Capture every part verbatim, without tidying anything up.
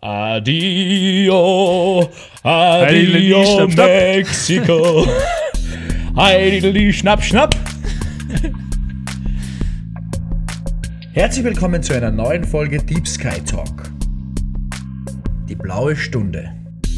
Adio, adio, schnapp, schnapp. Mexiko. Heideli, schnapp, schnapp. Herzlich willkommen zu einer neuen Folge Deep Sky Talk. Die blaue Stunde.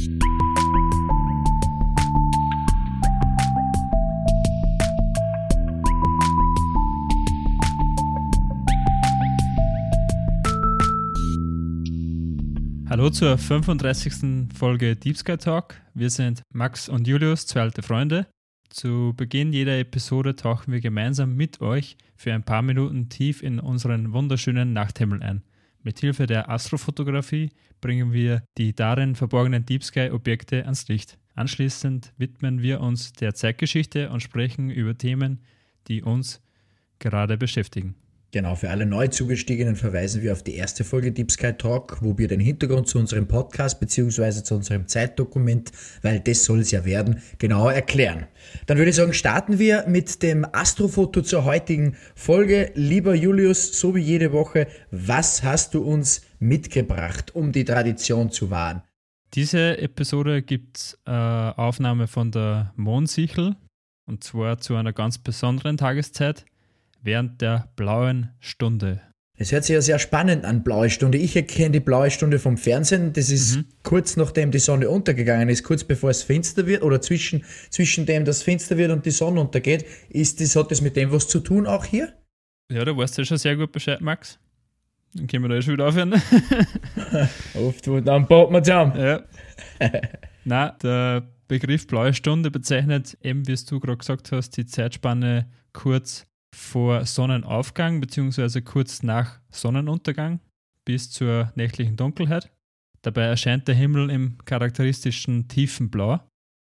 Hallo zur fünfunddreißigsten Folge Deep Sky Talk. Wir sind Max und Julius, zwei alte Freunde. Zu Beginn jeder Episode tauchen wir gemeinsam mit euch für ein paar Minuten tief in unseren wunderschönen Nachthimmel ein. Mithilfe der Astrofotografie bringen wir die darin verborgenen Deep Sky Objekte ans Licht. Anschließend widmen wir uns der Zeitgeschichte und sprechen über Themen, die uns gerade beschäftigen. Genau, für alle neu zugestiegenen verweisen wir auf die erste Folge Deep Sky Talk, wo wir den Hintergrund zu unserem Podcast bzw. zu unserem Zeitdokument, weil das soll es ja werden, genauer erklären. Dann würde ich sagen, starten wir mit dem Astrofoto zur heutigen Folge. Lieber Julius, so wie jede Woche, was hast du uns mitgebracht, um die Tradition zu wahren? Diese Episode gibt es äh, Aufnahme von der Mondsichel, und zwar zu einer ganz besonderen Tageszeit, während der blauen Stunde. Das hört sich ja sehr spannend an, blaue Stunde. Ich erkenne die blaue Stunde vom Fernsehen. Das ist mhm. kurz nachdem die Sonne untergegangen ist, kurz bevor es finster wird oder zwischen, zwischen dem das finster wird und die Sonne untergeht. Ist das, hat das mit dem was zu tun auch hier? Ja, da weißt du ja schon sehr gut Bescheid, Max. Dann können wir da schon wieder aufhören. Oft, dann baut man zusammen. Ja. Nein, der Begriff blaue Stunde bezeichnet, eben wie es du gerade gesagt hast, die Zeitspanne kurz vor Sonnenaufgang bzw. kurz nach Sonnenuntergang bis zur nächtlichen Dunkelheit. Dabei erscheint der Himmel im charakteristischen tiefen Blau.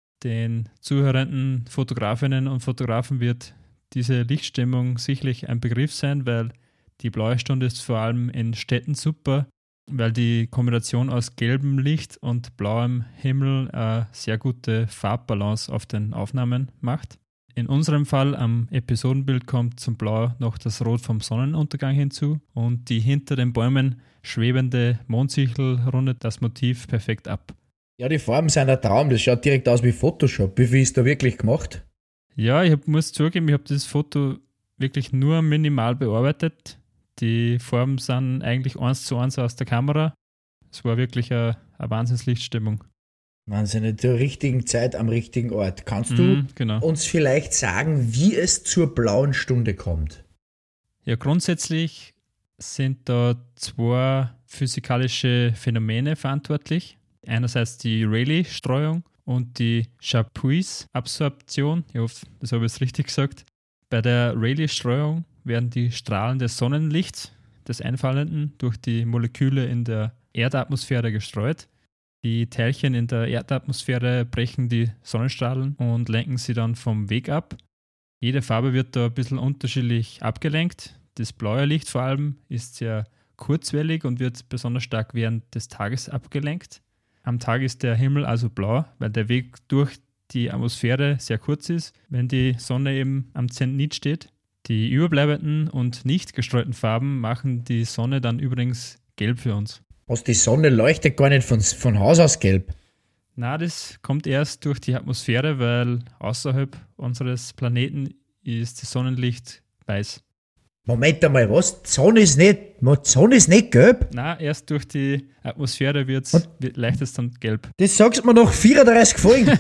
Den zuhörenden Fotografinnen und Fotografen wird diese Lichtstimmung sicherlich ein Begriff sein, weil die blaue Stunde ist vor allem in Städten super, weil die Kombination aus gelbem Licht und blauem Himmel eine sehr gute Farbbalance auf den Aufnahmen macht. In unserem Fall am Episodenbild kommt zum Blau noch das Rot vom Sonnenuntergang hinzu und die hinter den Bäumen schwebende Mondsichel rundet das Motiv perfekt ab. Ja, die Farben sind ein Traum, das schaut direkt aus wie Photoshop. Wie viel ist da wirklich gemacht? Ja, ich hab, muss zugeben, ich habe das Foto wirklich nur minimal bearbeitet. Die Farben sind eigentlich eins zu eins aus der Kamera. Es war wirklich eine, eine Wahnsinnslichtstimmung. Wahnsinn, zur richtigen Zeit am richtigen Ort. Kannst du mhm, genau. uns vielleicht sagen, wie es zur blauen Stunde kommt? Ja, grundsätzlich sind da zwei physikalische Phänomene verantwortlich. Einerseits die Rayleigh-Streuung und die Chapuis-Absorption. Ich hoffe, das habe ich jetzt richtig gesagt. Bei der Rayleigh-Streuung werden die Strahlen des Sonnenlichts, des Einfallenden, durch die Moleküle in der Erdatmosphäre gestreut. Die Teilchen in der Erdatmosphäre brechen die Sonnenstrahlen und lenken sie dann vom Weg ab. Jede Farbe wird da ein bisschen unterschiedlich abgelenkt. Das blaue Licht vor allem ist sehr kurzwellig und wird besonders stark während des Tages abgelenkt. Am Tag ist der Himmel also blau, weil der Weg durch die Atmosphäre sehr kurz ist, wenn die Sonne eben am Zenit steht. Die überbleibenden und nicht gestreuten Farben machen die Sonne dann übrigens gelb für uns. Was, die Sonne leuchtet gar nicht von, von Haus aus gelb? Na, das kommt erst durch die Atmosphäre, weil außerhalb unseres Planeten ist das Sonnenlicht weiß. Moment einmal, was? Die Sonne ist nicht, die Sonne ist nicht gelb? Na, erst durch die Atmosphäre wird's, wird leicht es dann gelb. Das sagst du mir nach vierunddreißig Folgen.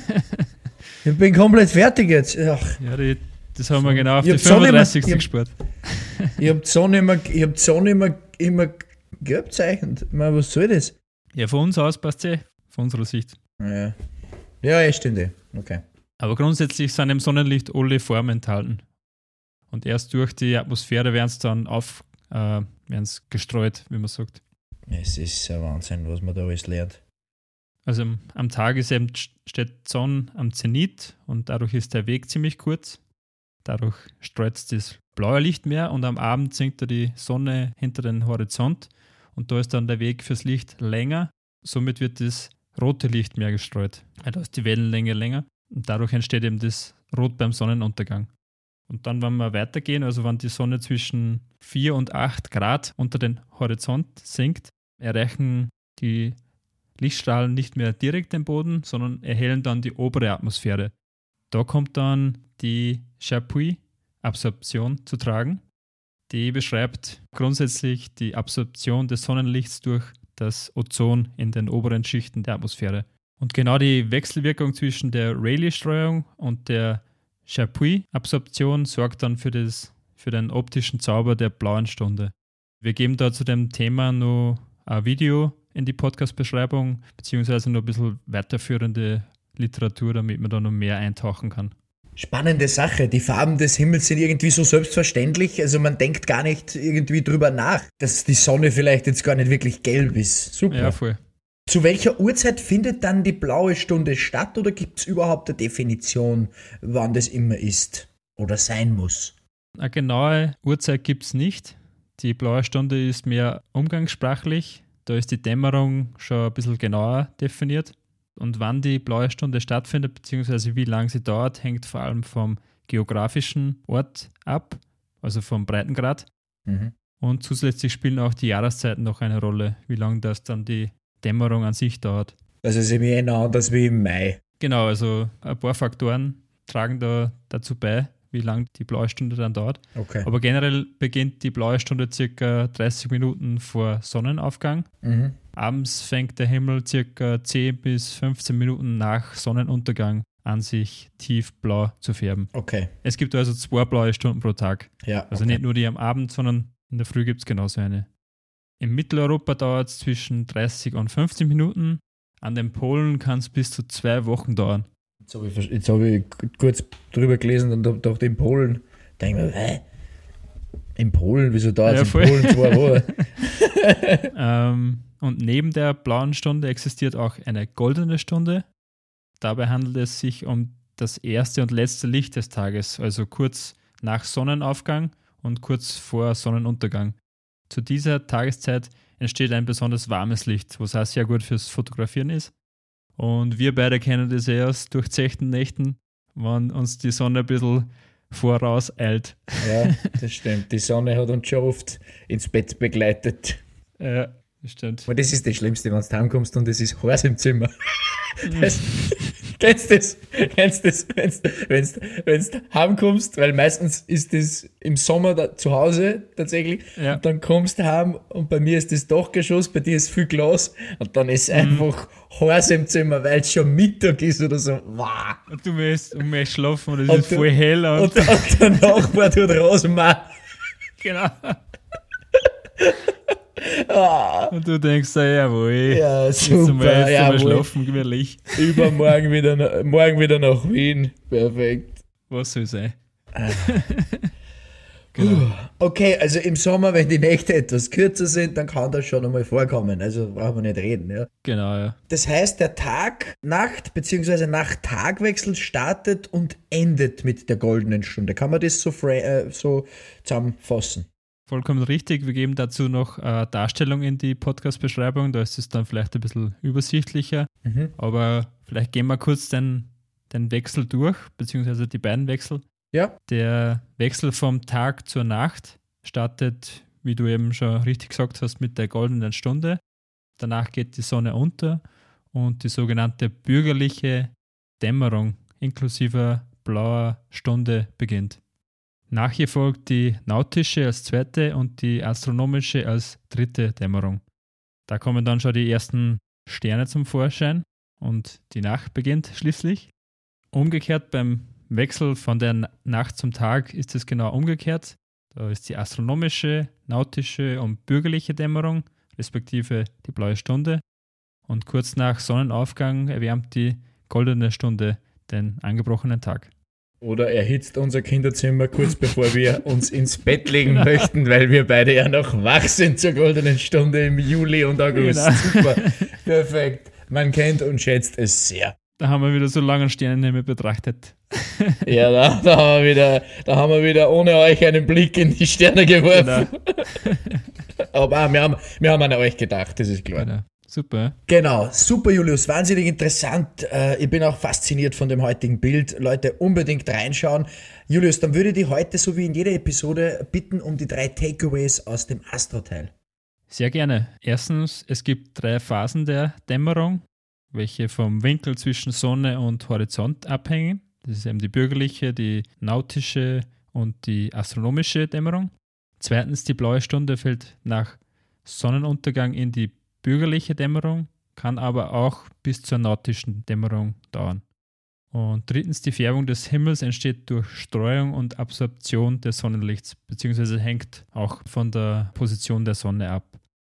Ich bin komplett fertig jetzt. Ach. Ja, die, das haben wir genau auf die fünfunddreißigste gespart. Ich habe die Sonne immer, ich hab die Sonne immer, immer gelb zeichnet. Ich meine, was soll das? Ja, von uns aus passt es eh, von unserer Sicht. Ja, ja, ja, stimmt eh. Okay. Aber grundsätzlich sind im Sonnenlicht alle Formen enthalten. Und erst durch die Atmosphäre werden es dann auf, äh, werden's gestreut, wie man sagt. Es ist ein Wahnsinn, was man da alles lernt. Also am, am Tag ist eben, steht die Sonne am Zenit und dadurch ist der Weg ziemlich kurz. Dadurch streut es das blaue Licht mehr und am Abend sinkt da die Sonne hinter den Horizont und da ist dann der Weg fürs Licht länger. Somit wird das rote Licht mehr gestreut. Da ist die Wellenlänge länger und dadurch entsteht eben das Rot beim Sonnenuntergang. Und dann, wenn wir weitergehen, also wenn die Sonne zwischen vier und acht Grad unter den Horizont sinkt, erreichen die Lichtstrahlen nicht mehr direkt den Boden, sondern erhellen dann die obere Atmosphäre. Da kommt dann die Chapuis-Absorption zu tragen. Die beschreibt grundsätzlich die Absorption des Sonnenlichts durch das Ozon in den oberen Schichten der Atmosphäre. Und genau die Wechselwirkung zwischen der Rayleigh-Streuung und der Chapuis-Absorption sorgt dann für, das, für den optischen Zauber der blauen Stunde. Wir geben da zu dem Thema noch ein Video in die Podcast-Beschreibung, beziehungsweise noch ein bisschen weiterführende Literatur, damit man da noch mehr eintauchen kann. Spannende Sache. Die Farben des Himmels sind irgendwie so selbstverständlich, also man denkt gar nicht irgendwie drüber nach, dass die Sonne vielleicht jetzt gar nicht wirklich gelb ist. Super. Ja, voll. Zu welcher Uhrzeit findet dann die blaue Stunde statt oder gibt es überhaupt eine Definition, wann das immer ist oder sein muss? Eine genaue Uhrzeit gibt es nicht. Die blaue Stunde ist mehr umgangssprachlich. Da ist die Dämmerung schon ein bisschen genauer definiert. Und wann die blaue Stunde stattfindet, beziehungsweise wie lange sie dauert, hängt vor allem vom geografischen Ort ab, also vom Breitengrad. Mhm. Und zusätzlich spielen auch die Jahreszeiten noch eine Rolle, wie lange das dann die Dämmerung an sich dauert. Also ist irgendwie eher anders wie im Mai. Genau, also ein paar Faktoren tragen da dazu bei, wie lange die blaue Stunde dann dauert. Okay. Aber generell beginnt die blaue Stunde circa dreißig Minuten vor Sonnenaufgang. Mhm. Abends fängt der Himmel circa zehn bis fünfzehn Minuten nach Sonnenuntergang an, sich tiefblau zu färben. Okay. Es gibt also zwei blaue Stunden pro Tag. Ja, Also okay. nicht nur die am Abend, sondern in der Früh gibt es genauso eine. In Mitteleuropa dauert es zwischen dreißig und fünfzehn Minuten. An den Polen kann es bis zu zwei Wochen dauern. Jetzt habe ich, jetzt hab ich kurz drüber gelesen und dachte in Polen, denke ich mir, hä? In Polen? Wieso dauert es Ja, in voll. Polen zwei Wochen? ähm, und neben der blauen Stunde existiert auch eine goldene Stunde. Dabei handelt es sich um das erste und letzte Licht des Tages, also kurz nach Sonnenaufgang und kurz vor Sonnenuntergang. Zu dieser Tageszeit entsteht ein besonders warmes Licht, was auch sehr gut fürs Fotografieren ist. Und wir beide kennen das eh aus durchzechten Nächten, wenn uns die Sonne ein bisschen voraus eilt. Ja, das stimmt. Die Sonne hat uns schon oft ins Bett begleitet. Ja, das stimmt. Aber das ist das Schlimmste, wenn du heimkommst und es ist heiß im Zimmer. Das, kennst du das? Kennst du das? Wenn du heimkommst, weil meistens ist das im Sommer da, zu Hause tatsächlich, Ja. und dann kommst du heim und bei mir ist das Dachgeschoss, bei dir ist viel Glas und dann ist einfach heiß im Zimmer, weil es schon Mittag ist oder so. Wow. Und du möchtest, du möchtest schlafen und es Und ist du- voll hell. Und, Und, und der Nachbar tut raus und macht. genau. Ah, Und du denkst, so, jawohl, ja, jetzt sind wir super. jetzt Ja, einmal schlafen, gemütlich. Übermorgen wieder, na- morgen wieder nach Wien. Perfekt. Was soll sein? Puh. Okay, also im Sommer, wenn die Nächte etwas kürzer sind, dann kann das schon einmal vorkommen. Also brauchen wir nicht reden. Ja. Genau, ja. Das heißt, der Tag-Nacht- bzw. Nacht-Tag-Wechsel startet und endet mit der goldenen Stunde. Kann man das so, fra- äh, so zusammenfassen? Vollkommen richtig. Wir geben dazu noch eine Darstellung in die Podcast-Beschreibung. Da ist es dann vielleicht ein bisschen übersichtlicher. Mhm. Aber vielleicht gehen wir kurz den, den Wechsel durch, beziehungsweise die beiden Wechsel. Ja. Der Wechsel vom Tag zur Nacht startet, wie du eben schon richtig gesagt hast, mit der goldenen Stunde. Danach geht die Sonne unter und die sogenannte bürgerliche Dämmerung inklusive blauer Stunde beginnt. Nach ihr folgt die nautische als zweite und die astronomische als dritte Dämmerung. Da kommen dann schon die ersten Sterne zum Vorschein und die Nacht beginnt schließlich. Umgekehrt beim Wechsel von der Nacht zum Tag ist es genau umgekehrt. Da ist die astronomische, nautische und bürgerliche Dämmerung, respektive die blaue Stunde. Und kurz nach Sonnenaufgang erwärmt die goldene Stunde den angebrochenen Tag. Oder erhitzt unser Kinderzimmer kurz bevor wir uns ins Bett legen möchten, weil wir beide ja noch wach sind zur goldenen Stunde im Juli und August. Genau. Super, perfekt. Man kennt und schätzt es sehr. Da haben wir wieder so lange Sternenhimmel betrachtet. Ja, da, da, haben wir wieder, da haben wir wieder ohne euch einen Blick in die Sterne geworfen. Genau. Aber auch, wir, haben, wir haben an euch gedacht, das ist klar. Genau. Super. Genau, super Julius, wahnsinnig interessant. Äh, ich bin auch fasziniert von dem heutigen Bild. Leute, unbedingt reinschauen. Julius, dann würde ich dich heute, so wie in jeder Episode, bitten um die drei Takeaways aus dem Astro-Teil. Sehr gerne. Erstens, es gibt drei Phasen der Dämmerung, welche vom Winkel zwischen Sonne und Horizont abhängen. Das ist eben die bürgerliche, die nautische und die astronomische Dämmerung. Zweitens, die blaue Stunde fällt nach Sonnenuntergang in die bürgerliche Dämmerung, kann aber auch bis zur nautischen Dämmerung dauern. Und drittens, die Färbung des Himmels entsteht durch Streuung und Absorption des Sonnenlichts, beziehungsweise hängt auch von der Position der Sonne ab.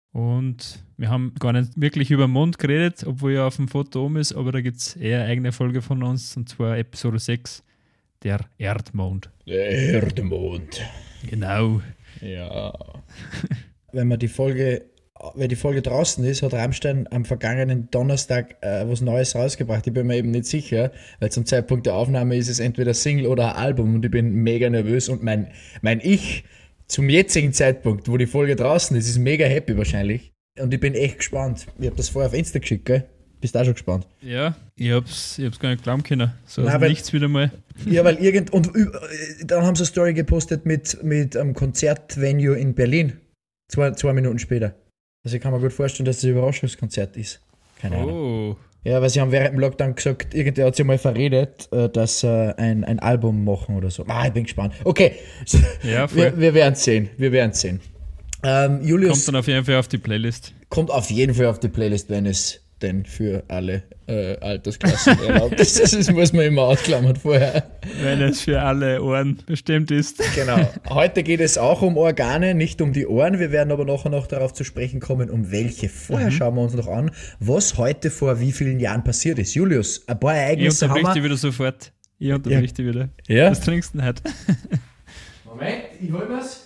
Und wir haben gar nicht wirklich über den Mond geredet, obwohl er auf dem Foto oben ist, aber da gibt es eher eine eigene Folge von uns, und zwar Episode sechs, der Erdmond. Der Erdmond. Genau. Ja. Wenn man die Folge, wenn die Folge draußen ist, hat Rammstein am vergangenen Donnerstag äh, was Neues rausgebracht. Ich bin mir eben nicht sicher, weil zum Zeitpunkt der Aufnahme ist es entweder Single oder ein Album und ich bin mega nervös und mein, mein Ich zum jetzigen Zeitpunkt, wo die Folge draußen ist, ist mega happy wahrscheinlich. Und ich bin echt gespannt. Ich habe das vorher auf Insta geschickt, gell? Bist auch schon gespannt? Ja, ich hab's, ich hab's gar nicht glauben können. So Nein, aus weil- nichts wieder mal. Ja, weil irgend... Und äh, dann haben sie eine Story gepostet mit, mit einem Konzertvenue in Berlin. Zwei, zwei Minuten später. Also ich kann mir gut vorstellen, dass das ein Überraschungskonzert ist. Keine Ahnung. Oh, Ja, weil sie haben während dem Lockdown gesagt, irgendwer hat sich mal verredet, äh, dass sie ein, ein Album machen oder so. Ah, ich bin gespannt. Okay, ja, voll. wir, wir werden sehen. Wir werden sehen. Ähm, Julius Kommt dann auf jeden Fall auf die Playlist. kommt auf jeden Fall auf die Playlist, wenn es denn für alle äh, Altersklassen erlaubt ist. Das ist, muss man immer ausklammern vorher. Wenn es für alle Ohren bestimmt ist. Genau. Heute geht es auch um Organe, nicht um die Ohren. Wir werden aber nachher noch darauf zu sprechen kommen, um welche. Vorher Mhm. schauen wir uns noch an, was heute vor wie vielen Jahren passiert ist. Julius, ein paar Ich Ereignisse haben unterbrich wir. dich wieder sofort. Ich unterbrich dich wieder. Ja? Was trinkst du denn heute? Moment, ich hol mir's.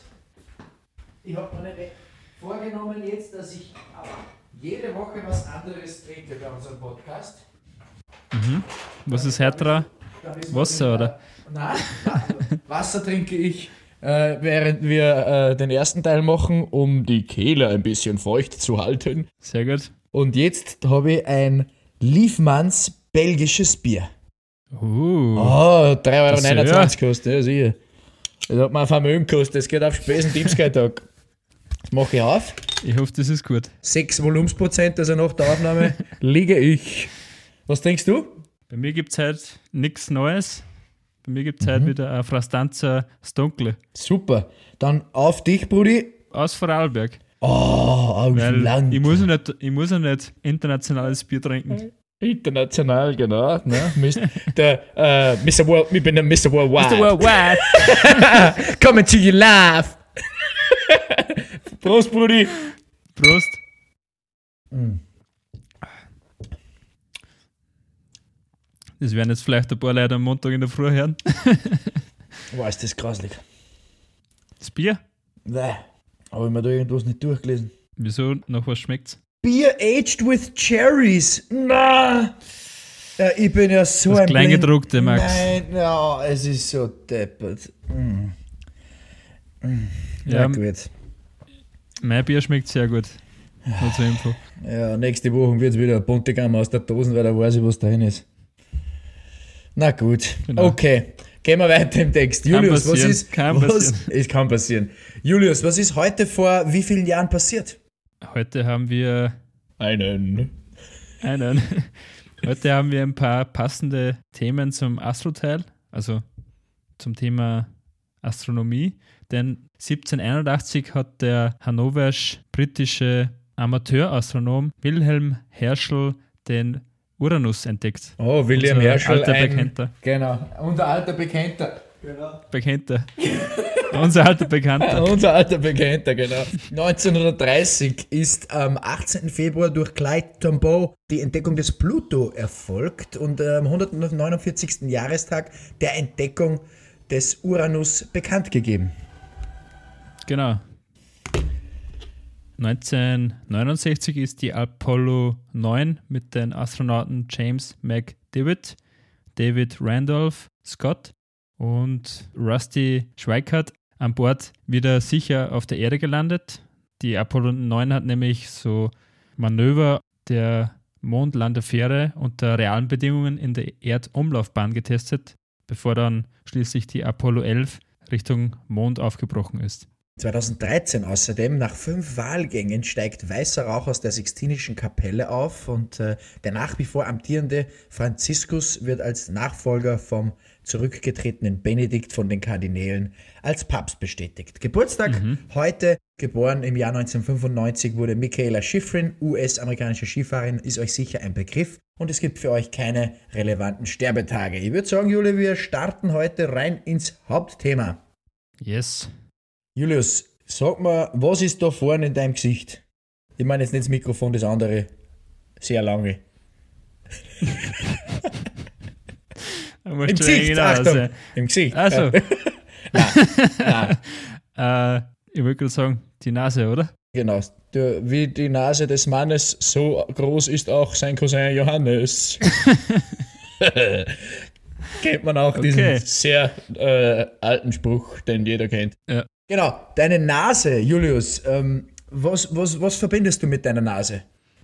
Ich habe mir nicht vorgenommen jetzt, dass ich jede Woche was anderes trinke bei unserem Podcast. Was ist heute dran? Dann ist Wasser, man- oder? Nein, nein, Wasser trinke ich, äh, während wir äh, den ersten Teil machen, um die Kehle ein bisschen feucht zu halten. Sehr gut. Und jetzt habe ich ein Liefmanns belgisches Bier. Uh, Oh, drei Euro Das- neunundzwanzig kostet, ja sicher. Das hat mir ein Vermögen gekostet, das geht auf Spesen Teamsky-Tag. Das mache ich auf. ich hoffe, das ist gut. sechs Volumensprozent, also nach der Aufnahme liege ich. Was trinkst du? Bei mir gibt es heute nichts Neues. Bei mir gibt es heute wieder ein Frastanzer Stonkle Super. Dann auf dich, Brudi. aus Vorarlberg. Oh, aus Weil Land. ich muss, ja nicht, ich muss ja nicht internationales Bier trinken. International, genau. Ne? Mis- der, äh, Mister World, ich bin der Mister Worldwide. Worldwide. Coming to you live. Prost, Brudi. Prost. Das werden jetzt vielleicht ein paar Leute am Montag in der Früh hören. Boah, ist das grauslig. Das Bier? Nein. Habe ich mir da irgendwas nicht durchgelesen. Wieso? Nach was schmeckt's? Beer aged with cherries. Na. Ja, ich bin ja so Das ein Kleingedruckte, Blind- Max. Nein, ja, es ist so deppert. Mm. Mm. Ja, Ja, gut. mein Bier schmeckt sehr gut. Nur zur Info. Ja, nächste Woche wird es wieder ein Buntigam aus der Dosen, weil da weiß ich, was drin ist. Na gut, Genau. okay. Gehen wir weiter im Text. Julius, was passieren, ist. kann was, passieren. Es kann passieren. Julius, was ist heute vor wie vielen Jahren passiert? Heute haben wir Einen. einen. Heute haben wir ein paar passende Themen zum Astroteil, also zum Thema Astronomie. Denn siebzehnhunderteinundachtzig hat der hannoversch-britische Amateurastronom Wilhelm Herschel den Uranus entdeckt. Oh, William Unser Herschel. alter ein, Bekannter. Genau, unser alter Bekannter. Genau. Bekannter. Unser alter Bekannter. Unser alter Bekannter, genau. neunzehnhundertdreißig ist am achtzehnten Februar durch Clyde Tombaugh die Entdeckung des Pluto erfolgt und am hundertneunundvierzigsten Jahrestag der Entdeckung des Uranus bekannt gegeben. Genau. neunzehnhundertneunundsechzig ist die Apollo neun mit den Astronauten James McDivitt, David Randolph Scott und Rusty Schweickart an Bord wieder sicher auf der Erde gelandet. Die Apollo neun hat nämlich so Manöver der Mondlandefähre unter realen Bedingungen in der Erdumlaufbahn getestet, bevor dann schließlich die Apollo elf Richtung Mond aufgebrochen ist. zweitausenddreizehn außerdem, nach fünf Wahlgängen, steigt weißer Rauch aus der Sixtinischen Kapelle auf und äh, der nach wie vor amtierende Franziskus wird als Nachfolger vom zurückgetretenen Benedikt von den Kardinälen als Papst bestätigt. Geburtstag mhm. heute, geboren im Jahr neunzehnhundertfünfundneunzig, wurde Mikaela Shiffrin, U S-amerikanische Skifahrerin, ist euch sicher ein Begriff und es gibt für euch keine relevanten Sterbetage. Ich würde sagen, Juli, wir starten heute rein ins Hauptthema. Yes. Julius, sag mal, was ist da vorne in deinem Gesicht? Ich meine jetzt nicht das Mikrofon, das andere sehr lange. Im Gesicht, Achtung, im Gesicht. Also. nein, nein. äh, ich wollte gerade sagen, die Nase, oder? Genau, du, wie die Nase des Mannes, so groß ist auch sein Cousin Johannes. Kennt man auch okay. diesen sehr äh, alten Spruch, den jeder kennt. Ja. Genau, deine Nase, Julius, ähm, was, was, was verbindest du mit deiner Nase?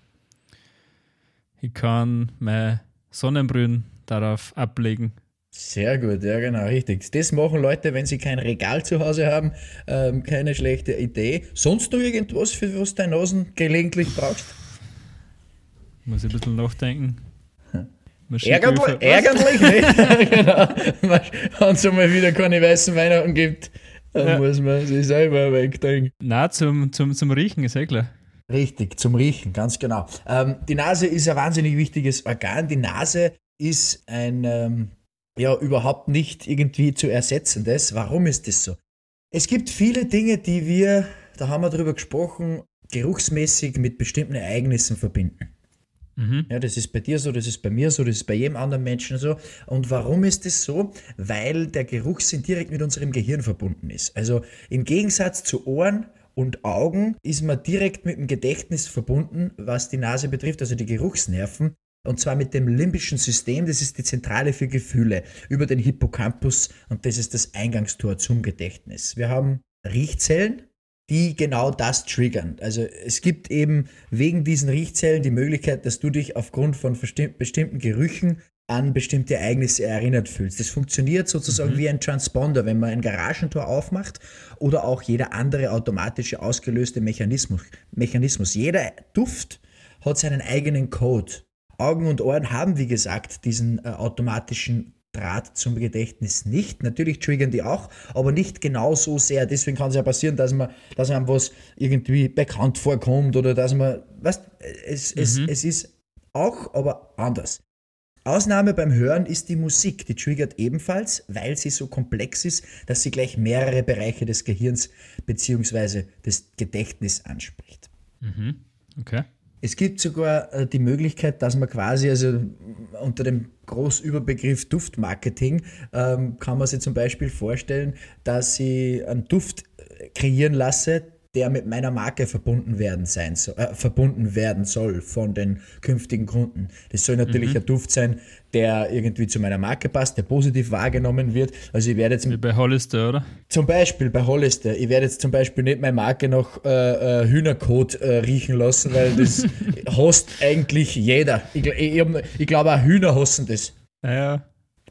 Ich kann meine Sonnenbrillen darauf ablegen. Sehr gut, ja genau, richtig. Das machen Leute, wenn sie kein Regal zu Hause haben, ähm, keine schlechte Idee. Sonst noch irgendwas, für was deine Nasen gelegentlich brauchst? Muss ich ein bisschen nachdenken. Ärgerlich, ärgerlich nicht. Genau. Wenn es einmal wieder keine weißen Weihnachten gibt, dann ja. muss man sich selber wegdenken. Nein, zum, zum, zum Riechen ist eh klar. Richtig, zum Riechen, ganz genau. Ähm, die Nase ist ein wahnsinnig wichtiges Organ. Die Nase ist ein ähm, ja überhaupt nicht irgendwie zu ersetzendes. Warum ist das so? Es gibt viele Dinge, die wir, da haben wir drüber gesprochen, geruchsmäßig mit bestimmten Ereignissen verbinden. Mhm. Ja, das ist bei dir so, das ist bei mir so, das ist bei jedem anderen Menschen so. Und warum ist das so? Weil der Geruchssinn direkt mit unserem Gehirn verbunden ist. Also im Gegensatz zu Ohren und Augen ist man direkt mit dem Gedächtnis verbunden, was die Nase betrifft, also die Geruchsnerven. Und zwar mit dem limbischen System, das ist die Zentrale für Gefühle, über den Hippocampus und das ist das Eingangstor zum Gedächtnis. Wir haben Riechzellen, die genau das triggern. Also es gibt eben wegen diesen Riechzellen die Möglichkeit, dass du dich aufgrund von bestimmten Gerüchen an bestimmte Ereignisse erinnert fühlst. Das funktioniert sozusagen mhm. wie ein Transponder, wenn man ein Garagentor aufmacht oder auch jeder andere automatische ausgelöste Mechanismus. Mechanismus. Jeder Duft hat seinen eigenen Code. Augen und Ohren haben, wie gesagt, diesen äh, automatischen Draht zum Gedächtnis nicht. Natürlich triggern die auch, aber nicht genau so sehr. Deswegen kann es ja passieren, dass man, dass einem was irgendwie bekannt vorkommt oder dass man, weißt, es, mhm. es, es ist auch, aber anders. Ausnahme beim Hören ist die Musik. Die triggert ebenfalls, weil sie so komplex ist, dass sie gleich mehrere Bereiche des Gehirns bzw. des Gedächtnisses anspricht. Mhm. Okay. Es gibt sogar äh, die Möglichkeit, dass man quasi, also unter dem Großüberbegriff Duftmarketing, ähm, kann man sich zum Beispiel vorstellen, dass ich einen Duft kreieren lasse, der mit meiner Marke verbunden werden, sein so, äh, verbunden werden soll von den künftigen Kunden. Das soll natürlich mhm. ein Duft sein, der irgendwie zu meiner Marke passt, der positiv wahrgenommen wird. Also ich werde jetzt... Wie bei Hollister, oder? Zum Beispiel bei Hollister. Ich werde jetzt zum Beispiel nicht meine Marke nach äh, äh, Hühnerkot äh, riechen lassen, weil das hasst eigentlich jeder. Ich, ich, ich, ich glaube auch Hühner hassen das. Ja, ja.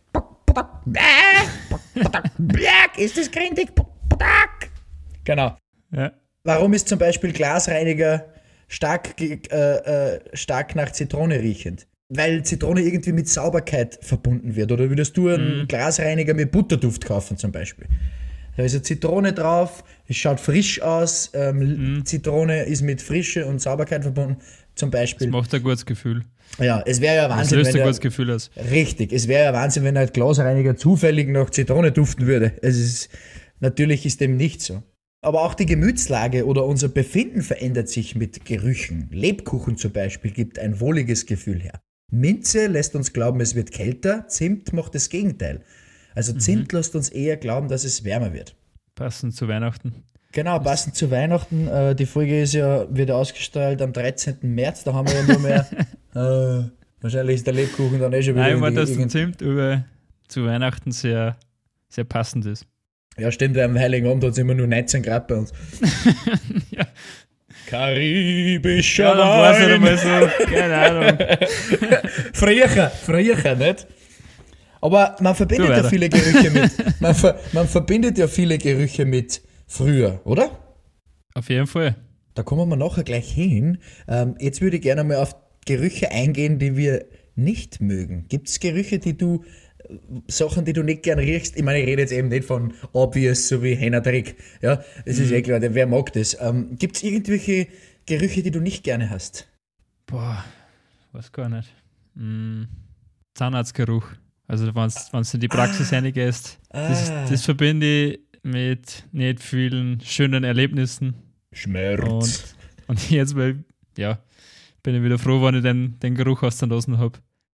Ist das grindig? Genau. Ja. Warum ist zum Beispiel Glasreiniger stark, äh, äh, stark nach Zitrone riechend? Weil Zitrone irgendwie mit Sauberkeit verbunden wird. Oder würdest du einen mm. Glasreiniger mit Butterduft kaufen zum Beispiel? Da ist eine Zitrone drauf, es schaut frisch aus, ähm, mm. Zitrone ist mit Frische und Sauberkeit verbunden zum Beispiel. Das macht ein gutes Gefühl. Ja, es wäre ja Wahnsinn, das löst wenn ein der, gutes Gefühl aus. Richtig, es wäre ja Wahnsinn, wenn ein Glasreiniger zufällig nach Zitrone duften würde. Es ist, natürlich ist dem nicht so. Aber auch die Gemütslage oder unser Befinden verändert sich mit Gerüchen. Lebkuchen zum Beispiel gibt ein wohliges Gefühl her. Minze lässt uns glauben, es wird kälter, Zimt macht das Gegenteil. Also Zimt mhm. lässt uns eher glauben, dass es wärmer wird. Passend zu Weihnachten. Genau, passend zu Weihnachten. Äh, die Folge ist ja wieder ausgestrahlt am dreizehnten März, da haben wir ja nur mehr... äh, wahrscheinlich ist der Lebkuchen dann eh schon wieder... Nein, ich meine, dass der Zimt über, zu Weihnachten sehr, sehr passend ist. Ja, stimmt, am Heiligen Abend hat es immer nur neunzehn Grad bei uns. Ja. Karibischer ja, Wein. Mal so, keine Ahnung. früher, früher, nicht? Aber man verbindet ja viele Gerüche mit, man, ver, man verbindet ja viele Gerüche mit früher, oder? Auf jeden Fall. Da kommen wir nachher gleich hin. Ähm, jetzt würde ich gerne mal auf Gerüche eingehen, die wir nicht mögen. Gibt es Gerüche, die du, Sachen, die du nicht gern riechst? Ich meine, ich rede jetzt eben nicht von obvious, so wie Henna-Trick. Ja, das ist eh klar, wer mag das? Ähm, Gibt es irgendwelche Gerüche, die du nicht gerne hast? Boah, weiß gar nicht. Mm, Zahnarztgeruch. Also wenn du in die Praxis Ah. reingehst, das, Ah. das verbinde ich mit nicht vielen schönen Erlebnissen. Schmerz. Und, und jetzt weil, ja, bin ich wieder froh, wenn ich den, den Geruch aus der Nase habe.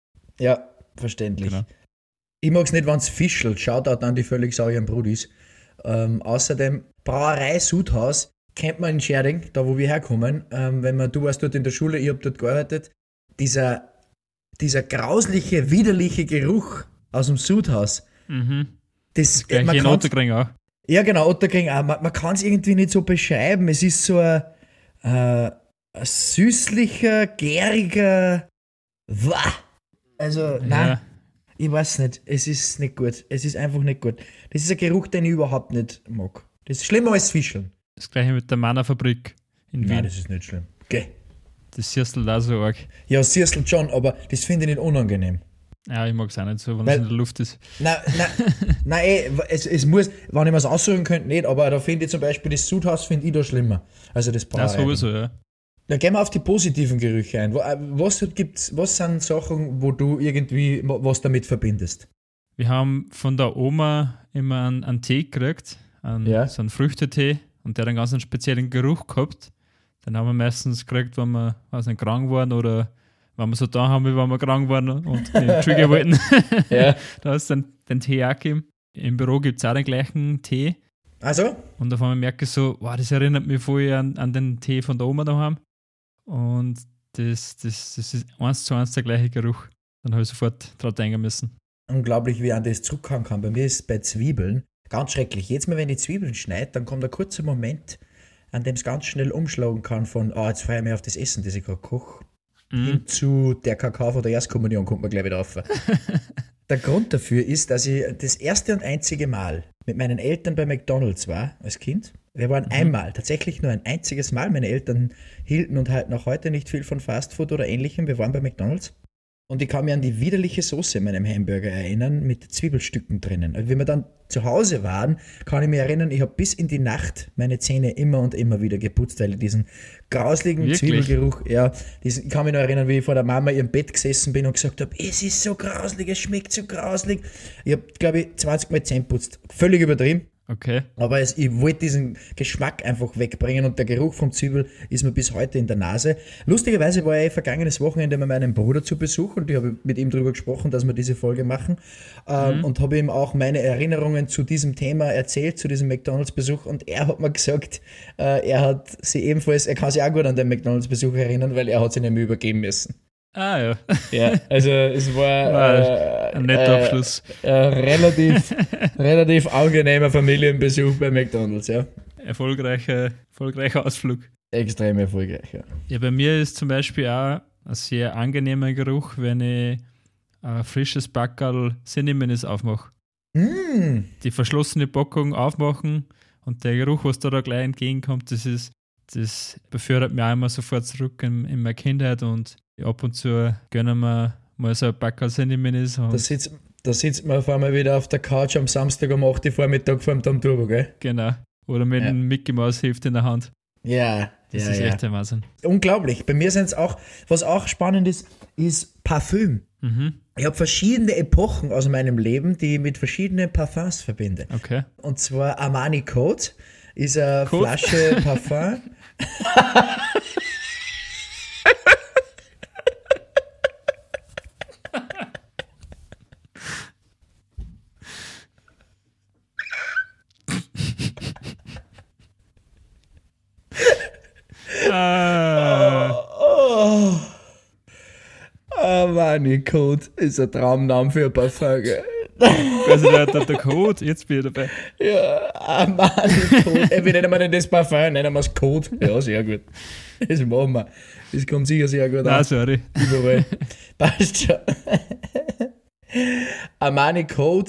Ja, verständlich. Genau. Ich mag es nicht, wenn es fischelt. Shoutout an die völlig saurigen Brudis. Ähm, außerdem, Brauerei Sudhaus kennt man in Scherding, da wo wir herkommen. Ähm, wenn man, du warst dort in der Schule, ich habe dort gearbeitet. Dieser, dieser grausliche, widerliche Geruch aus dem Sudhaus. Mhm. Das, Gleich man in kann's- Otterkring auch. Ja, genau, Otterkring auch. Man, man kann es irgendwie nicht so beschreiben. Es ist so ein, äh, ein süßlicher, gäriger. Wah! Also, nein. Ja, Ich weiß nicht, es ist nicht gut. Es ist einfach nicht gut. Das ist ein Geruch, den ich überhaupt nicht mag. Das ist schlimmer als Fischeln. das gleiche mit der Manna-Fabrik in Wien. Nein, das ist nicht schlimm. Okay. Das siehst du auch so arg. Ja, Siersel schon, aber das finde ich nicht unangenehm. Ja, ich mag es auch nicht so, wenn Weil- es in der Luft ist. Nein, nein, nein, ey, es, es muss, wenn ich mir es aussuchen könnte, nicht, aber da finde ich zum Beispiel das Sudhaus finde ich da schlimmer. Also das Ja, Brauerei. sowieso, ja. Dann gehen wir auf die positiven Gerüche ein. Wo- äh, Was gibt's, was sind Sachen, wo du irgendwie was damit verbindest? Wir haben von der Oma immer einen, einen Tee gekriegt, einen, Ja. so einen Früchtetee, und der hat einen ganz einen speziellen Geruch gehabt. Den haben wir meistens gekriegt, wenn wir weiß nicht, krank waren oder wenn wir so da haben, wie wenn wir krank waren und den Trigger wollten. Ja. Da hast du den, den Tee auch gegeben. Im Büro gibt es auch den gleichen Tee. Also? Und auf einmal merke ich so, wow, das erinnert mich voll an, an den Tee von der Oma daheim. Und das, das, das ist eins zu eins der gleiche Geruch. Dann habe ich sofort drauf denken müssen. Unglaublich, wie an das zurückkommen kann. Bei mir ist es bei Zwiebeln ganz schrecklich. Jetzt mal, wenn ich Zwiebeln schneide, dann kommt ein kurzer Moment, an dem es ganz schnell umschlagen kann von, ah, jetzt freue ich mich auf das Essen, das ich gerade koche, Mhm. hin zu der Kakao von der Erstkommunion, kommt man gleich wieder rauf. Der Grund dafür ist, dass ich das erste und einzige Mal mit meinen Eltern bei McDonalds war, als Kind. Wir waren einmal, tatsächlich nur ein einziges Mal. Meine Eltern hielten und halten auch heute nicht viel von Fastfood oder Ähnlichem. Wir waren bei McDonalds. Und ich kann mich an die widerliche Soße in meinem Hamburger erinnern, mit Zwiebelstücken drinnen. Also, wenn wir dann zu Hause waren, kann ich mich erinnern, ich habe bis in die Nacht meine Zähne immer und immer wieder geputzt, weil ich diesen grausligen Wirklich? Zwiebelgeruch, ja, diesen, ich kann mich noch erinnern, wie ich vor der Mama in ihrem Bett gesessen bin und gesagt habe, es ist so grauslig, es schmeckt so grauslig. Ich habe, glaube ich, zwanzig Mal Zähne putzt. Völlig übertrieben. Okay. Aber es, ich wollte diesen Geschmack einfach wegbringen und der Geruch vom Zwiebel ist mir bis heute in der Nase. Lustigerweise war ich vergangenes Wochenende bei meinem Bruder zu Besuch und ich habe mit ihm darüber gesprochen, dass wir diese Folge machen ähm, und habe ihm auch meine Erinnerungen zu diesem Thema erzählt, zu diesem McDonalds-Besuch, und er hat mir gesagt, äh, er hat sie ebenfalls, er kann sich auch gut an den McDonalds-Besuch erinnern, weil er hat sich nämlich übergeben müssen. Ah ja, Ja, also es war War ein netter Abschluss. äh, relativ, relativ angenehmer Familienbesuch bei McDonalds, ja. Erfolgreicher, erfolgreicher Ausflug. Extrem erfolgreich, ja. Ja, bei mir ist zum Beispiel auch ein sehr angenehmer Geruch, wenn ich ein frisches Backerl Cineminis aufmache. Mm, Die verschlossene Packung aufmachen und der Geruch, was da, da gleich entgegenkommt, das ist, das befördert mich auch immer sofort zurück in, in meine Kindheit, und ab und zu gönnen wir mal so ein Backerl Cineminis. da, Und sitzt, da sitzt man auf einmal wieder auf der Couch am Samstag um acht Uhr Vormittag vor dem Tom Turbo, gell? genau. Oder mit Ja. einem Mickey Mouse Heft in der Hand. Ja, Das ja, ist ja. echt der Wahnsinn. Unglaublich. Bei mir sind es auch, was auch spannend ist, ist Parfüm. Mhm. Ich habe verschiedene Epochen aus meinem Leben, die ich mit verschiedenen Parfums verbinde. Okay. Und zwar Armani Code ist eine Code? Flasche Parfum. Ah, Oh. Armani Code ist ein Traumname für ein Parfum, gell? also der, der, der Code, jetzt bin ich dabei. Ja, Armani Code. Äh, Wie nennen wir denn das Parfum? Nennen wir es Code? Ja, sehr gut. Das machen wir. Das kommt sicher sehr gut Nein, an. sorry. Überall. Passt schon. Armani Code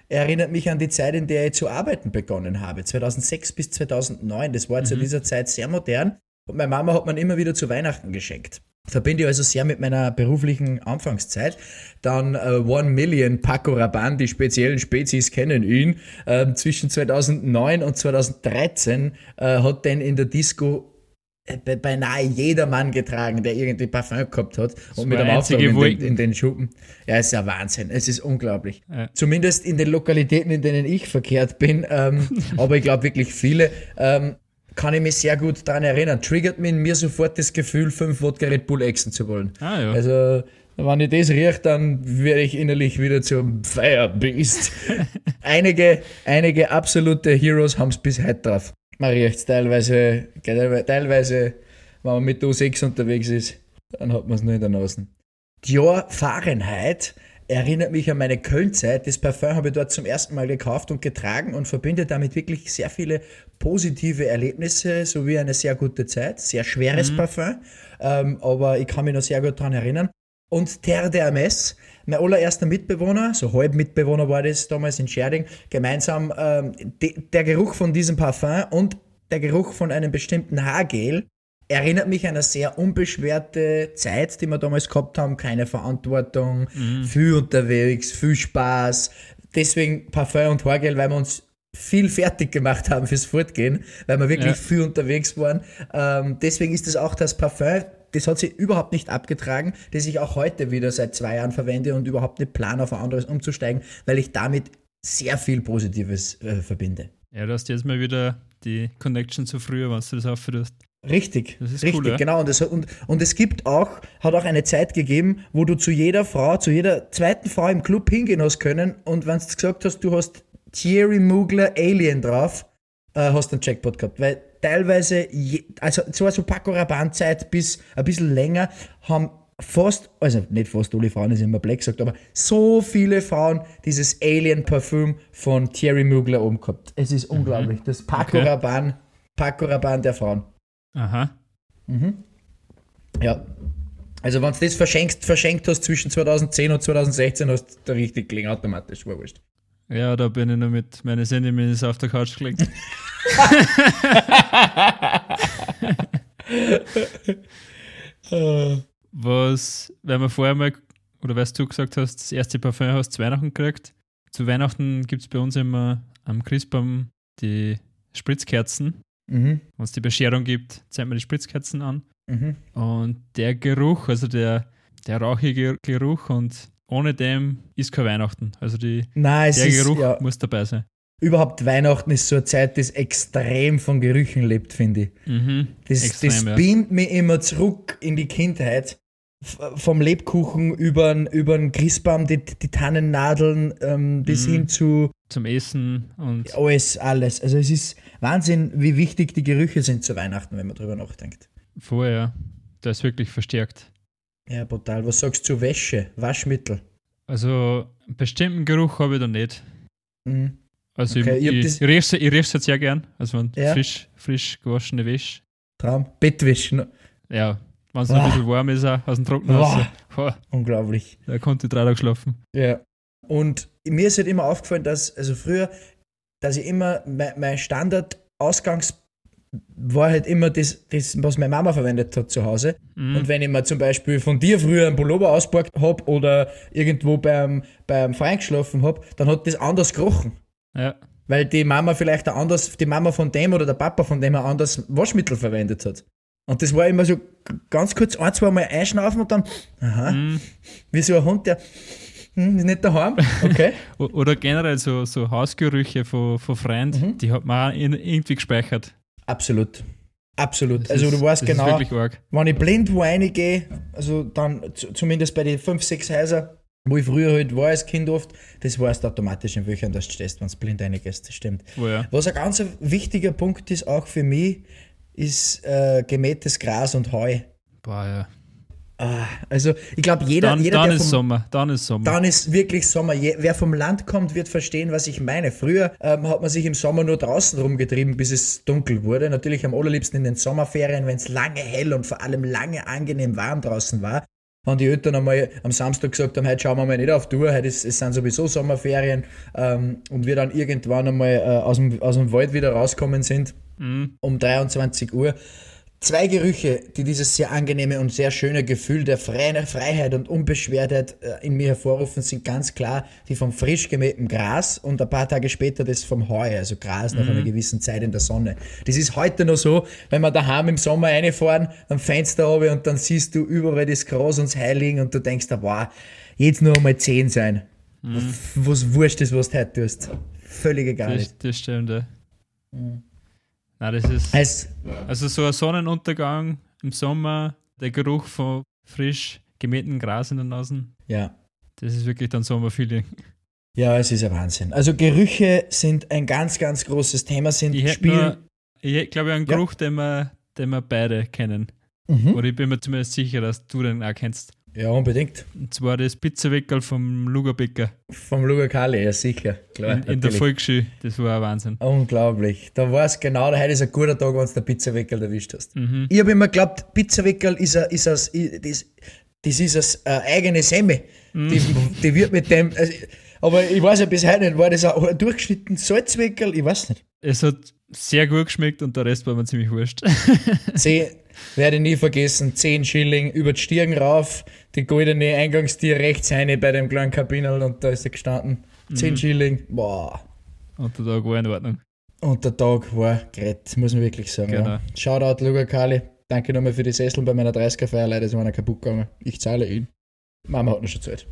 erinnert mich an die Zeit, in der ich zu arbeiten begonnen habe. zweitausendsechs bis zweitausendneun. Das war mhm. zu dieser Zeit sehr modern. Und meine Mama hat mir immer wieder zu Weihnachten geschenkt. Verbinde ich also sehr mit meiner beruflichen Anfangszeit. Dann äh, One Million, Paco Rabanne, die speziellen Spezies kennen ihn. Ähm, zwischen zweitausendneun und zweitausenddreizehn äh, hat den in der Disco äh, beinahe jeder Mann getragen, der irgendwie Parfum gehabt hat. Das und mit einem Auftrag in den, in den Schuppen. Ja, es ist ja Wahnsinn. Es ist unglaublich. Ja. Zumindest in den Lokalitäten, in denen ich verkehrt bin. Ähm, aber ich glaube wirklich viele. Ähm, kann ich mich sehr gut daran erinnern. Triggert mir in mir sofort das Gefühl, fünf Wodka Red Bull exen zu wollen. Ah, ja. Also, wenn ich das rieche, dann werde ich innerlich wieder zum Firebeast. einige, einige absolute Heroes haben es bis heute drauf. Man riecht es teilweise, teilweise, wenn man mit der U sechs unterwegs ist, dann hat man es nur in der Nase. Dior Fahrenheit erinnert mich an meine Köln-Zeit. Das Parfum habe ich dort zum ersten Mal gekauft und getragen und verbinde damit wirklich sehr viele positive Erlebnisse sowie eine sehr gute Zeit. Sehr schweres mhm. Parfum, ähm, aber ich kann mich noch sehr gut daran erinnern. Und Terre d'Hermès, mein allererster Mitbewohner, so halb Mitbewohner war das damals in Scherding, gemeinsam ähm, de, der Geruch von diesem Parfum und der Geruch von einem bestimmten Haargel erinnert mich an eine sehr unbeschwerte Zeit, die wir damals gehabt haben. Keine Verantwortung, mhm. viel unterwegs, viel Spaß. Deswegen Parfum und Haargel, weil wir uns viel fertig gemacht haben fürs Fortgehen, weil wir wirklich ja. viel unterwegs waren. Ähm, deswegen ist es auch das Parfum, das hat sich überhaupt nicht abgetragen, das ich auch heute wieder seit zwei Jahren verwende und überhaupt nicht plane, auf ein anderes umzusteigen, weil ich damit sehr viel Positives äh, verbinde. Ja, du hast jetzt mal wieder die Connection zu früher, wenn du das aufführst. Richtig, das ist richtig, cool, ja. genau. Und es, und, und es gibt auch, hat auch eine Zeit gegeben, wo du zu jeder Frau, zu jeder zweiten Frau im Club hingehen hast können und wenn du gesagt hast, du hast Thierry Mugler Alien drauf, äh, hast du einen Jackpot gehabt. Weil teilweise, je, also so eine Paco Rabanne Zeit bis ein bisschen länger, haben fast, also nicht fast alle Frauen, das ist immer Black gesagt, aber so viele Frauen dieses Alien-Parfüm von Thierry Mugler oben gehabt. Es ist mhm. unglaublich. Das Paco okay. Rabanne, Paco Rabanne der Frauen. Aha. Mhm. Ja. Also wenn du das verschenkt, verschenkt hast zwischen zweitausendzehn und zweitausendsechzehn, hast du richtig gelegen, automatisch, war wurscht. Ja, da bin ich noch mit meinen Sentiments auf der Couch gelegen. Was, wenn wir vorher mal, oder was du gesagt hast, das erste Parfum hast zu Weihnachten gekriegt. Zu Weihnachten gibt es bei uns immer am Christbaum die Spritzkerzen. Mhm. Wenn es die Bescherung gibt, zündet man die Spritzkerzen an. Mhm. Und der Geruch, also der, der rauchige Geruch, und ohne dem ist kein Weihnachten. Also die, Nein, der ist, Geruch ja, muss dabei sein. Überhaupt Weihnachten ist so eine Zeit, die extrem von Gerüchen lebt, finde ich. Mhm. Das, extrem, das ja. beamt mich immer zurück in die Kindheit. Vom Lebkuchen über den Christbaum, die, die Tannennadeln ähm, bis mhm. hin zu zum Essen und alles, alles. Also es ist Wahnsinn, wie wichtig die Gerüche sind zu Weihnachten, wenn man drüber nachdenkt. Vorher, da ist wirklich verstärkt. Ja, brutal. Was sagst du zu Wäsche, Waschmittel? Also einen bestimmten Geruch habe ich da nicht. Mhm. Also okay, ich, ich, ich, ich, ich rieche es jetzt sehr gern. Also wenn ja. frisch, frisch gewaschene Wäsche. Traum. Bettwäsche. Ja. Wenn es noch ein bisschen warm ist, auch aus dem Trocknen raus. Oh, unglaublich. Da konnte ich drei Tage schlafen. Ja. Und mir ist halt immer aufgefallen, dass, also früher, dass ich immer, mein, mein Standard-Ausgangs war halt immer das, das, was meine Mama verwendet hat zu Hause. Mhm. Und wenn ich mir zum Beispiel von dir früher einen Pullover ausgepackt habe oder irgendwo beim, beim Freund geschlafen habe, dann hat das anders gerochen. Ja. Weil die Mama vielleicht ein anders, die Mama von dem oder der Papa von dem ein anderes Waschmittel verwendet hat. Und das war immer so ganz kurz ein, zwei Mal einschnaufen und dann, aha, mm. wie so ein Hund, der hm, ist nicht daheim. Okay. Oder generell so, so Hausgerüche von, von Freunden, mhm. die hat man auch irgendwie gespeichert. Absolut. Absolut. Das also ist, du weißt das genau, ist wirklich arg. Wenn ich blind wo reingehe, also dann z- zumindest bei den fünf, sechs Häusern, wo ich früher halt war als Kind oft, das weißt du automatisch, in welchen du stehst, wenn du blind reingehst, das stimmt. Oh ja. Was ein ganz wichtiger Punkt ist, auch für mich, ist äh, gemähtes Gras und Heu. Boah, ja. Ah, also ich glaube, jeder, dann, jeder dann der ist vom, Sommer, dann ist Sommer. Dann ist wirklich Sommer. Je, wer vom Land kommt, wird verstehen, was ich meine. Früher ähm, hat man sich im Sommer nur draußen rumgetrieben, bis es dunkel wurde. Natürlich am allerliebsten in den Sommerferien, wenn es lange hell und vor allem lange angenehm warm draußen war. wenn die Eltern einmal am Samstag gesagt haben, heute schauen wir mal nicht auf die Uhr, heute ist, es sind sowieso Sommerferien ähm, und wir dann irgendwann einmal äh, aus, dem, aus dem Wald wieder rauskommen sind, mhm. um dreiundzwanzig Uhr. Zwei Gerüche, die dieses sehr angenehme und sehr schöne Gefühl der Freiheit und Unbeschwertheit in mir hervorrufen, sind ganz klar die vom frisch gemähten Gras und ein paar Tage später das vom Heu, also Gras nach mhm. einer gewissen Zeit in der Sonne. Das ist heute noch so, wenn wir daheim im Sommer reinfahren, am Fenster runter und dann siehst du überall das Gras und das Heu liegen und du denkst, wow, jetzt nur einmal zehn sein. Mhm. Was wurscht ist, was du heute tust. Völlig egal. Das, das stimmt, ja. Mhm. Nein, das ist. Also, also so ein Sonnenuntergang im Sommer, der Geruch von frisch gemähtem Gras in der Nase. Ja. Das ist wirklich dann Sommerfeeling. Ja, es ist ein Wahnsinn. Also Gerüche sind ein ganz, ganz großes Thema. Sind ich hätte ich hätte, glaube ich, einen ja. Geruch, den wir, den wir beide kennen. Mhm. Oder ich bin mir zumindest sicher, dass du den auch kennst. Ja, unbedingt. Und zwar das Pizzaweckerl vom Lugerbäcker. Vom Lugerkali, ja sicher. Klar, in, in der Volksschule, das war ein Wahnsinn. Unglaublich. Da war es genau, heute ist ein guter Tag, wenn du den Pizzaweckerl erwischt hast. Mhm. Ich habe immer geglaubt, Pizzaweckerl ist ein, ist ein, das, das ist eine eigene Semme. Mhm. Die, die wird mit dem, also, aber ich weiß ja bis heute nicht, war das ein durchgeschnitten Salzweckerl? Ich weiß nicht. Es hat sehr gut geschmeckt und der Rest war mir ziemlich wurscht. Zehn, werde ich nie vergessen, zehn Schilling über die Stirn rauf, die goldene Eingangstür rechts rein bei dem kleinen Kabinel und da ist er gestanden. zehn mhm. Schilling, boah. Und der Tag war in Ordnung. Und der Tag war gerät, muss man wirklich sagen. Genau. Ja. Shoutout Lugerkali, danke nochmal für die Sessel bei meiner dreißiger-Feier, leider ist einer kaputt gegangen. Ich zahle ihn. Mama hat noch schon Zeit.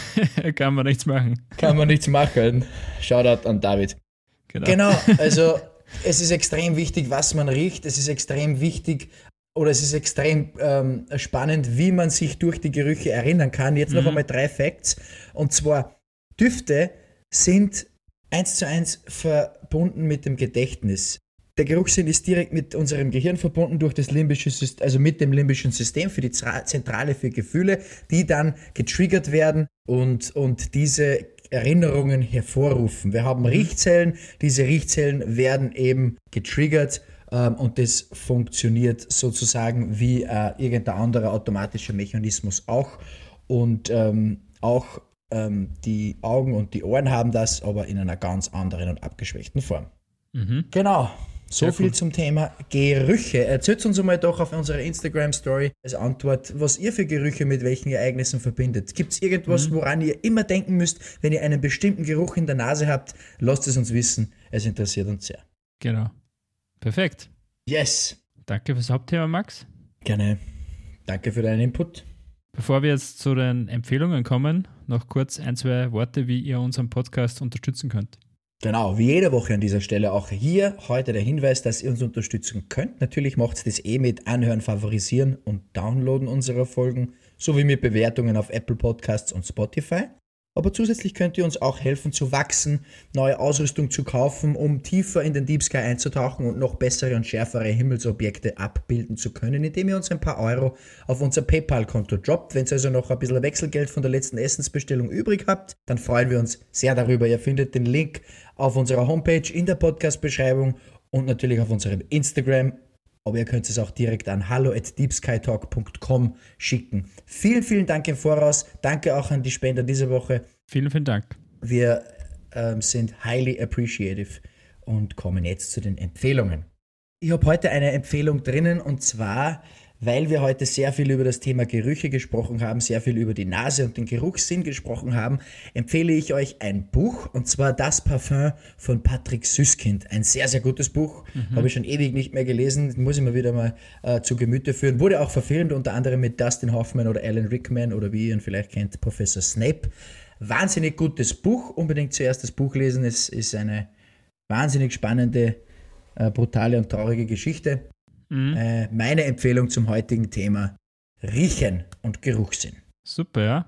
Kann man nichts machen. Kann man nichts machen. Shoutout an David. Genau. Genau, also es ist extrem wichtig, was man riecht. Es ist extrem wichtig oder es ist extrem ähm, spannend, wie man sich durch die Gerüche erinnern kann. Jetzt mhm. noch einmal drei Facts. Und zwar, Düfte sind eins zu eins verbunden mit dem Gedächtnis. Der Geruchssinn ist direkt mit unserem Gehirn verbunden durch das limbische System, also mit dem limbischen System für die Zentrale für Gefühle, die dann getriggert werden und, und diese Erinnerungen hervorrufen. Wir haben Riechzellen, diese Riechzellen werden eben getriggert ähm, und das funktioniert sozusagen wie äh, irgendein anderer automatischer Mechanismus auch. Und ähm, auch ähm, die Augen und die Ohren haben das, aber in einer ganz anderen und abgeschwächten Form. Mhm. Genau. So viel zum Thema Gerüche. Erzählt uns einmal doch auf unserer Instagram-Story als Antwort, was ihr für Gerüche mit welchen Ereignissen verbindet. Gibt es irgendwas, mhm. woran ihr immer denken müsst, wenn ihr einen bestimmten Geruch in der Nase habt? Lasst es uns wissen. Es interessiert uns sehr. Genau. Perfekt. Yes. Danke fürs Hauptthema, Max. Gerne. Danke für deinen Input. Bevor wir jetzt zu den Empfehlungen kommen, noch kurz ein, zwei Worte, wie ihr unseren Podcast unterstützen könnt. Genau, wie jede Woche an dieser Stelle auch hier heute der Hinweis, dass ihr uns unterstützen könnt. Natürlich macht ihr das eh mit Anhören, Favorisieren und Downloaden unserer Folgen, sowie mit Bewertungen auf Apple Podcasts und Spotify. Aber zusätzlich könnt ihr uns auch helfen zu wachsen, neue Ausrüstung zu kaufen, um tiefer in den Deep Sky einzutauchen und noch bessere und schärfere Himmelsobjekte abbilden zu können, indem ihr uns ein paar Euro auf unser PayPal-Konto droppt. Wenn ihr also noch ein bisschen Wechselgeld von der letzten Essensbestellung übrig habt, dann freuen wir uns sehr darüber. Ihr findet den Link auf unserer Homepage, in der Podcast-Beschreibung und natürlich auf unserem Instagram. Aber ihr könnt es auch direkt an hallo at deepskytalk punkt com schicken. Vielen, vielen Dank im Voraus. Danke auch an die Spender diese Woche. Vielen, vielen Dank. Wir ähm, sind highly appreciative und kommen jetzt zu den Empfehlungen. Ich habe heute eine Empfehlung drinnen und zwar, weil wir heute sehr viel über das Thema Gerüche gesprochen haben, sehr viel über die Nase und den Geruchssinn gesprochen haben, empfehle ich euch ein Buch, und zwar Das Parfum von Patrick Süskind. Ein sehr, sehr gutes Buch, mhm. habe ich schon ewig nicht mehr gelesen, muss ich mir wieder mal äh, zu Gemüte führen. Wurde auch verfilmt, unter anderem mit Dustin Hoffman oder Alan Rickman oder wie ihr ihn vielleicht kennt, Professor Snape. Wahnsinnig gutes Buch, unbedingt zuerst das Buch lesen, es ist eine wahnsinnig spannende, äh, brutale und traurige Geschichte. Mhm. Äh, meine Empfehlung zum heutigen Thema: Riechen und Geruchssinn. Super, ja.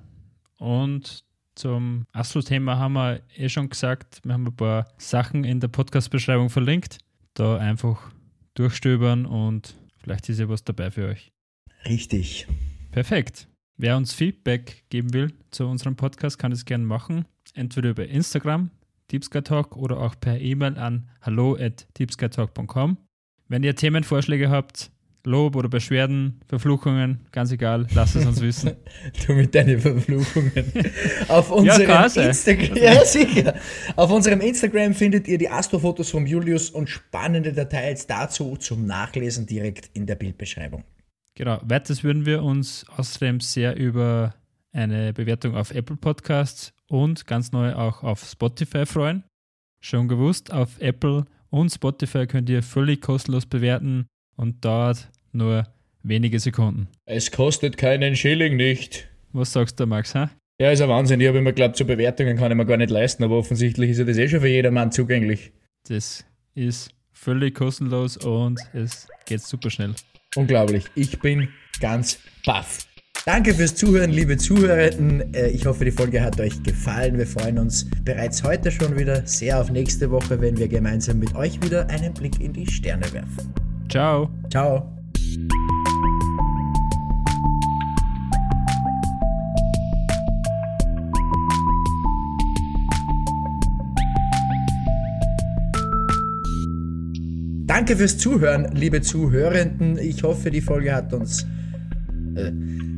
Und zum Astro-Thema haben wir eh schon gesagt, wir haben ein paar Sachen in der Podcast-Beschreibung verlinkt. Da einfach durchstöbern und vielleicht ist ja was dabei für euch. Richtig. Perfekt. Wer uns Feedback geben will zu unserem Podcast, kann es gerne machen. Entweder über Instagram, deepskytalk, oder auch per E-Mail an hallo at deepskytalk punkt com. Wenn ihr Themenvorschläge habt, Lob oder Beschwerden, Verfluchungen, ganz egal, lasst es uns wissen. Du mit deinen Verfluchungen. Auf unserem ja, Instagram, ja, sicher. Auf unserem Instagram findet ihr die Astrofotos von Julius und spannende Details dazu zum Nachlesen direkt in der Bildbeschreibung. Genau, weiters würden wir uns außerdem sehr über eine Bewertung auf Apple Podcasts und ganz neu auch auf Spotify freuen. Schon gewusst, auf Apple und Spotify könnt ihr völlig kostenlos bewerten und dauert nur wenige Sekunden. Es kostet keinen Schilling nicht. Was sagst du, Max? Ha? Ja, ist ein Wahnsinn. Ich habe immer geglaubt, so Bewertungen kann ich mir gar nicht leisten, aber offensichtlich ist ja das eh schon für jedermann zugänglich. Das ist völlig kostenlos und es geht super schnell. Unglaublich. Ich bin ganz baff. Danke fürs Zuhören, liebe Zuhörenden. Ich hoffe, die Folge hat euch gefallen. Wir freuen uns bereits heute schon wieder sehr auf nächste Woche, wenn wir gemeinsam mit euch wieder einen Blick in die Sterne werfen. Ciao. Ciao. Danke fürs Zuhören, liebe Zuhörenden. Ich hoffe, die Folge hat uns... Äh,